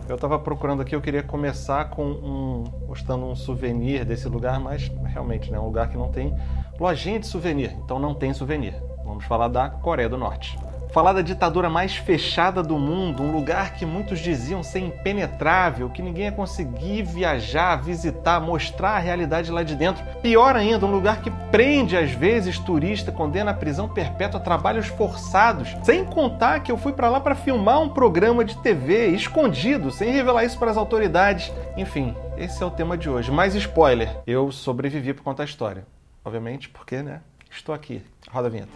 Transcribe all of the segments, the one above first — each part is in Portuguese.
Eu estava procurando aqui, eu queria começar mostrando um souvenir desse lugar, mas realmente, né, um lugar que não tem lojinha de souvenir, então não tem souvenir. Vamos falar da Coreia do Norte. Falar da ditadura mais fechada do mundo, um lugar que muitos diziam ser impenetrável, que ninguém ia conseguir viajar, visitar, mostrar a realidade lá de dentro. Pior ainda, um lugar que prende às vezes turista, condena à prisão perpétua, trabalhos forçados. Sem contar que eu fui para lá para filmar um programa de TV escondido, sem revelar isso para as autoridades. Enfim, esse é o tema de hoje. Mais spoiler, eu sobrevivi por conta da história. Obviamente, porque, né, estou aqui. Roda a vinheta.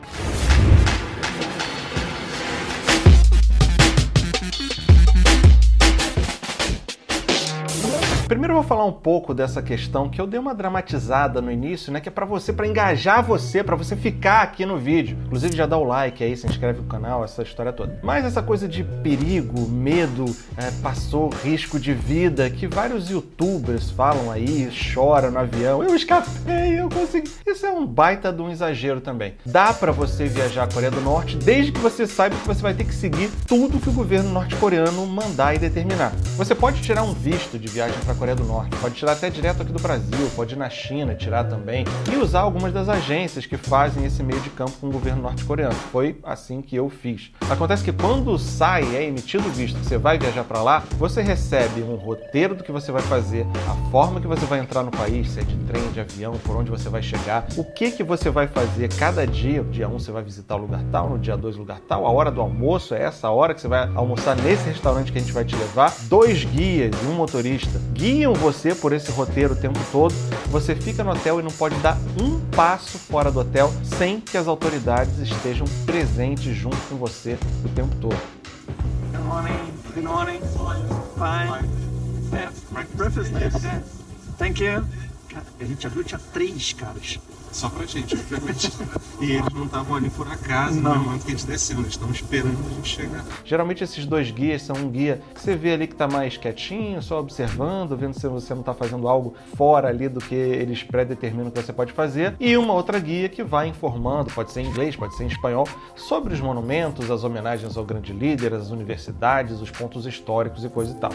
Primeiro eu vou falar um pouco dessa questão que eu dei uma dramatizada no início, né? Que é para engajar você, para você ficar aqui no vídeo. Inclusive já dá o like aí, se inscreve no canal, essa história toda. Mas essa coisa de perigo, medo, passou risco de vida, que vários youtubers falam aí, choram no avião. Eu escapei, eu consegui. Isso é um baita de um exagero também. Dá para você viajar à Coreia do Norte, desde que você saiba que você vai ter que seguir tudo que o governo norte-coreano mandar e determinar. Você pode tirar um visto de viagem para Coreia do Norte, pode tirar até direto aqui do Brasil, pode ir na China tirar também e usar algumas das agências que fazem esse meio de campo com o governo norte-coreano. Foi assim que eu fiz. Acontece que quando é emitido o visto que você vai viajar para lá, você recebe um roteiro do que você vai fazer, a forma que você vai entrar no país, se é de trem, de avião, por onde você vai chegar, o que você vai fazer cada dia. Dia 1 você vai visitar o lugar tal, no dia 2 o lugar tal, a hora do almoço é essa hora que você vai almoçar nesse restaurante que a gente vai te levar. 2 guias e um motorista guiam você por esse roteiro o tempo todo. Você fica no hotel e não pode dar um passo fora do hotel sem que as autoridades estejam presentes junto com você o tempo todo. Good morning. Good morning. Fine. Yeah. Breakfast. Thank you. Cara, a gente abriu, tinha 3 caras. Só pra gente, obviamente. E eles não estavam ali por acaso, no momento que a gente desceu, eles estavam esperando a gente chegar. Geralmente esses 2 guias são um guia que você vê ali que tá mais quietinho, só observando, vendo se você não tá fazendo algo fora ali do que eles predeterminam que você pode fazer, e uma outra guia que vai informando, pode ser em inglês, pode ser em espanhol, sobre os monumentos, as homenagens ao grande líder, as universidades, os pontos históricos e coisa e tal.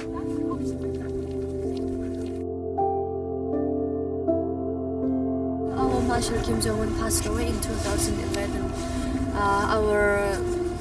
Marshal Kim Jong-un passed away in 2011. Our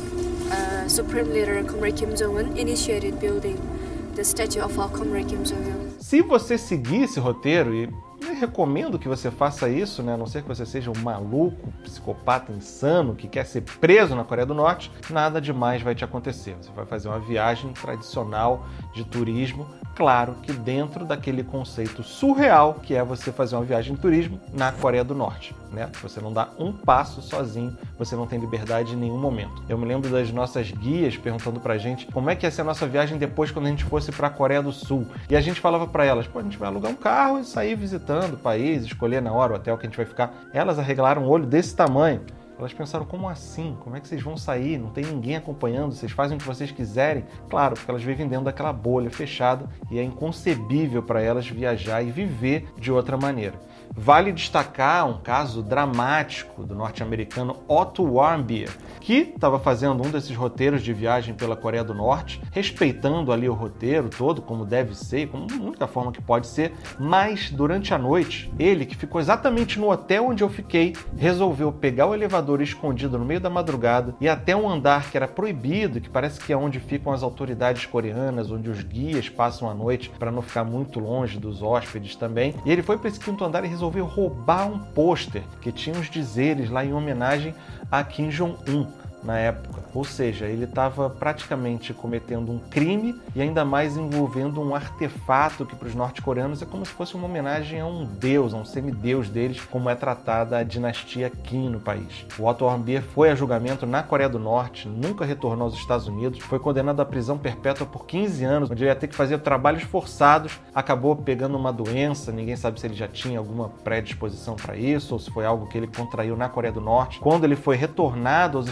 Supreme Leader Comrade Kim Jong-un initiated building the statue of our Comrade Kim Jong-un. Se você seguir esse roteiro, e eu recomendo que você faça isso, né? A não ser que você seja um maluco, psicopata insano que quer ser preso na Coreia do Norte, nada demais vai te acontecer. Você vai fazer uma viagem tradicional de turismo, claro que dentro daquele conceito surreal que é você fazer uma viagem de turismo na Coreia do Norte, né? Você não dá um passo sozinho, você não tem liberdade em nenhum momento. Eu me lembro das nossas guias perguntando pra gente como é que ia ser a nossa viagem depois quando a gente fosse pra Coreia do Sul. E a gente falava pra elas, a gente vai alugar um carro e sair visitando o país, escolher na hora o hotel que a gente vai ficar. Elas arregalaram um olho desse tamanho. Elas pensaram, como assim? Como é que vocês vão sair? Não tem ninguém acompanhando, vocês fazem o que vocês quiserem? Claro, porque elas vivem dentro daquela bolha fechada e é inconcebível para elas viajar e viver de outra maneira. Vale destacar um caso dramático do norte-americano Otto Warmbier, que estava fazendo um desses roteiros de viagem pela Coreia do Norte, respeitando ali o roteiro todo, como deve ser, como a única forma que pode ser, mas durante a noite, ele, que ficou exatamente no hotel onde eu fiquei, resolveu pegar o elevador escondido no meio da madrugada e até um andar que era proibido, que parece que é onde ficam as autoridades coreanas, onde os guias passam a noite para não ficar muito longe dos hóspedes também. E ele foi para esse 5º andar e resolveu roubar um pôster que tinha os dizeres lá em homenagem a Kim Jong-un na época. Ou seja, ele estava praticamente cometendo um crime e ainda mais envolvendo um artefato que para os norte-coreanos é como se fosse uma homenagem a um deus, a um semideus deles, como é tratada a dinastia Kim no país. O Otto Warmbier foi a julgamento na Coreia do Norte, nunca retornou aos Estados Unidos, foi condenado à prisão perpétua por 15 anos, onde ele ia ter que fazer trabalhos forçados, acabou pegando uma doença, ninguém sabe se ele já tinha alguma predisposição para isso ou se foi algo que ele contraiu na Coreia do Norte. Quando ele foi retornado aos Estados Unidos,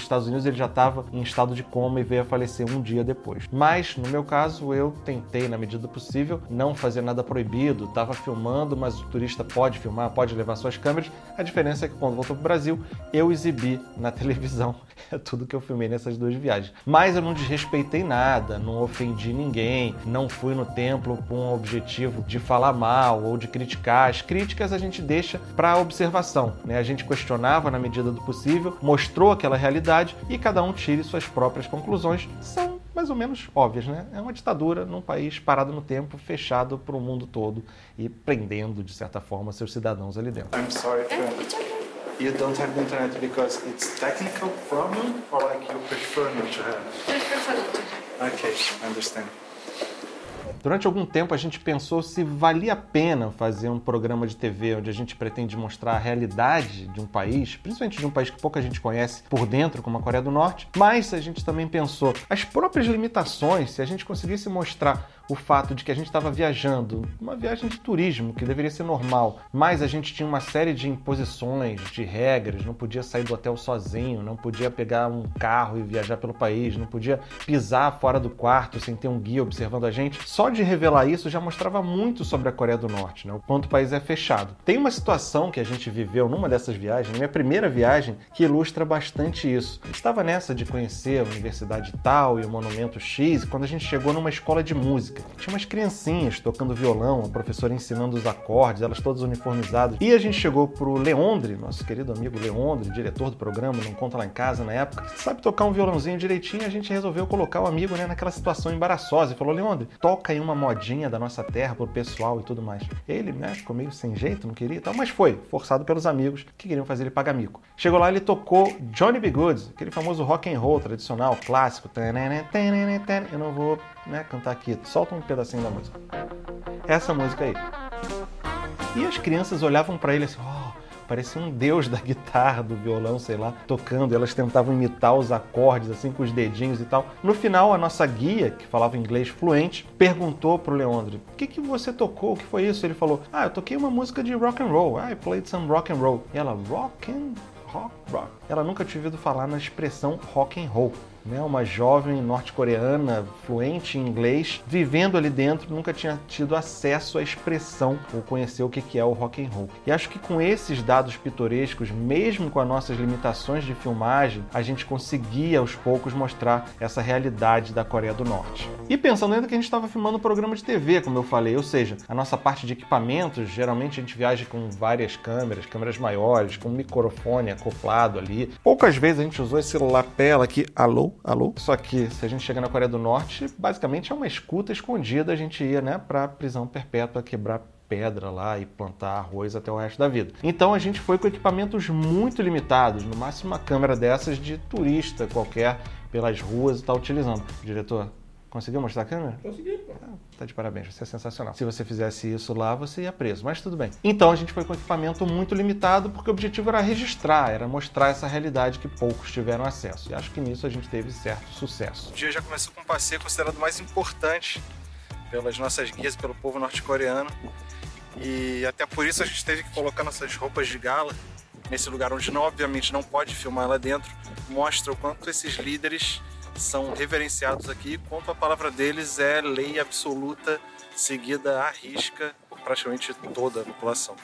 menos ele já estava em estado de coma e veio a falecer um dia depois. Mas, no meu caso, eu tentei, na medida do possível, não fazer nada proibido, estava filmando, mas o turista pode filmar, pode levar suas câmeras. A diferença é que quando voltou para o Brasil, eu exibi na televisão tudo que eu filmei nessas 2 viagens. Mas eu não desrespeitei nada, não ofendi ninguém, não fui no templo com o objetivo de falar mal ou de criticar. As críticas a gente deixa para observação, né? A gente questionava na medida do possível, mostrou aquela realidade e cada um tire suas próprias conclusões. São mais ou menos óbvias, né? É uma ditadura num país parado no tempo, fechado para o mundo todo e prendendo, de certa forma, seus cidadãos ali dentro. I'm sorry, It's okay. you don't have the internet because it's technical problem or like you prefer not to have? Okay, I understand. Durante algum tempo a gente pensou se valia a pena fazer um programa de TV onde a gente pretende mostrar a realidade de um país, principalmente de um país que pouca gente conhece por dentro, como a Coreia do Norte, mas a gente também pensou as próprias limitações, se a gente conseguisse mostrar o fato de que a gente estava viajando, uma viagem de turismo, que deveria ser normal, mas a gente tinha uma série de imposições, de regras, não podia sair do hotel sozinho, não podia pegar um carro e viajar pelo país, não podia pisar fora do quarto sem ter um guia observando a gente. Só de revelar isso já mostrava muito sobre a Coreia do Norte, né? O quanto o país é fechado. Tem uma situação que a gente viveu numa dessas viagens, na minha primeira viagem, que ilustra bastante isso. Eu estava nessa de conhecer a universidade tal e o monumento X, quando a gente chegou numa escola de música. Tinha umas criancinhas tocando violão, a professora ensinando os acordes, elas todas uniformizadas. E a gente chegou pro Leondre, nosso querido amigo Leondre, diretor do programa, Não Conta Lá em Casa na época. Sabe tocar um violãozinho direitinho, a gente resolveu colocar o amigo, né, naquela situação embaraçosa e falou: Leondre, toca aí uma modinha da nossa terra pro pessoal e tudo mais. Ele, né, ficou meio sem jeito, não queria e tal, mas foi, forçado pelos amigos que queriam fazer ele pagar mico. Chegou lá, ele tocou Johnny B. Good, aquele famoso rock and roll tradicional, clássico. Eu não vou, né, cantar aqui, solta um pedacinho da música. Essa música aí. E as crianças olhavam pra ele assim, parecia um deus da guitarra, do violão, sei lá, tocando. Elas tentavam imitar os acordes, assim, com os dedinhos e tal. No final, a nossa guia, que falava inglês fluente, perguntou pro Leondre: o que você tocou? O que foi isso? Ele falou: eu toquei uma música de rock and roll. I played some rock and roll. E ela, rock. Ela nunca tinha ouvido falar na expressão rock and roll. Né, uma jovem norte-coreana, fluente em inglês, vivendo ali dentro, nunca tinha tido acesso à expressão ou conhecer o que é o rock and roll. E acho que com esses dados pitorescos, mesmo com as nossas limitações de filmagem, a gente conseguia aos poucos mostrar essa realidade da Coreia do Norte. E pensando ainda que a gente estava filmando um programa de TV, como eu falei, ou seja, a nossa parte de equipamentos, geralmente a gente viaja com várias câmeras maiores, com um microfone acoplado ali. Poucas vezes a gente usou esse lapela aqui, alô? Só que se a gente chega na Coreia do Norte, basicamente é uma escuta escondida, a gente ia, né, pra prisão perpétua, quebrar pedra lá e plantar arroz até o resto da vida. Então a gente foi com equipamentos muito limitados, no máximo uma câmera dessas de turista qualquer pelas ruas e tá utilizando. Diretor, conseguiu mostrar a câmera? Consegui, pô. Tá de parabéns, você é sensacional. Se você fizesse isso lá, você ia preso, mas tudo bem. Então a gente foi com equipamento muito limitado, porque o objetivo era registrar, era mostrar essa realidade que poucos tiveram acesso. E acho que nisso a gente teve certo sucesso. O dia já começou com um passeio considerado mais importante pelas nossas guias, pelo povo norte-coreano. E até por isso a gente teve que colocar nossas roupas de gala nesse lugar onde obviamente não pode filmar lá dentro. Mostra o quanto esses líderes são reverenciados aqui, quanto a palavra deles é lei absoluta, seguida à risca por praticamente toda a população.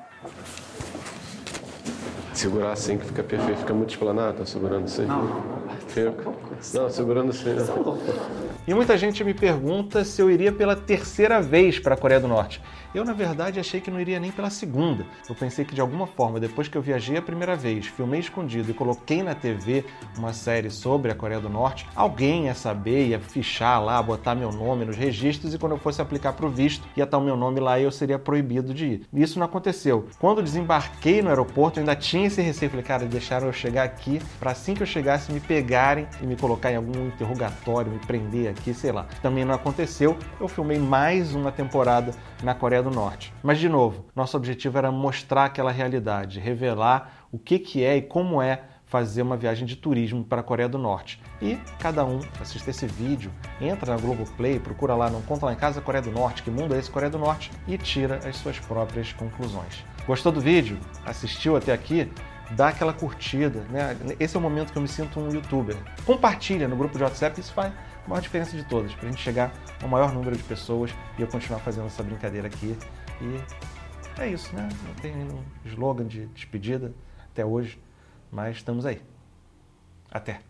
Segurar assim que fica perfeito, fica muito esplanado, tá segurando assim? Não, segurando assim. E muita gente me pergunta se eu iria pela terceira vez para a Coreia do Norte. Eu, na verdade, achei que não iria nem pela segunda. Eu pensei que, de alguma forma, depois que eu viajei a primeira vez, filmei escondido e coloquei na TV uma série sobre a Coreia do Norte, alguém ia saber, ia fichar lá, botar meu nome nos registros e quando eu fosse aplicar para o visto, ia estar o meu nome lá e eu seria proibido de ir. E isso não aconteceu. Quando desembarquei no aeroporto, eu ainda tinha esse receio. Falei, cara, deixaram eu chegar aqui para assim que eu chegasse me pegarem e me colocar em algum interrogatório, me prender aqui, sei lá. Também não aconteceu. Eu filmei mais uma temporada na Coreia do Norte. Mas, de novo, nosso objetivo era mostrar aquela realidade, revelar o que é e como é fazer uma viagem de turismo para a Coreia do Norte. E cada um assista esse vídeo, entra na Globoplay, procura lá, Não Conta Lá em Casa, Coreia do Norte, que mundo é esse Coreia do Norte, e tira as suas próprias conclusões. Gostou do vídeo? Assistiu até aqui? dá aquela curtida, né? Esse é o momento que eu me sinto um youtuber. Compartilha no grupo de WhatsApp, isso faz a maior diferença de todas, pra gente chegar ao maior número de pessoas e eu continuar fazendo essa brincadeira aqui. E é isso, né? Não tem um slogan de despedida até hoje, mas estamos aí. Até!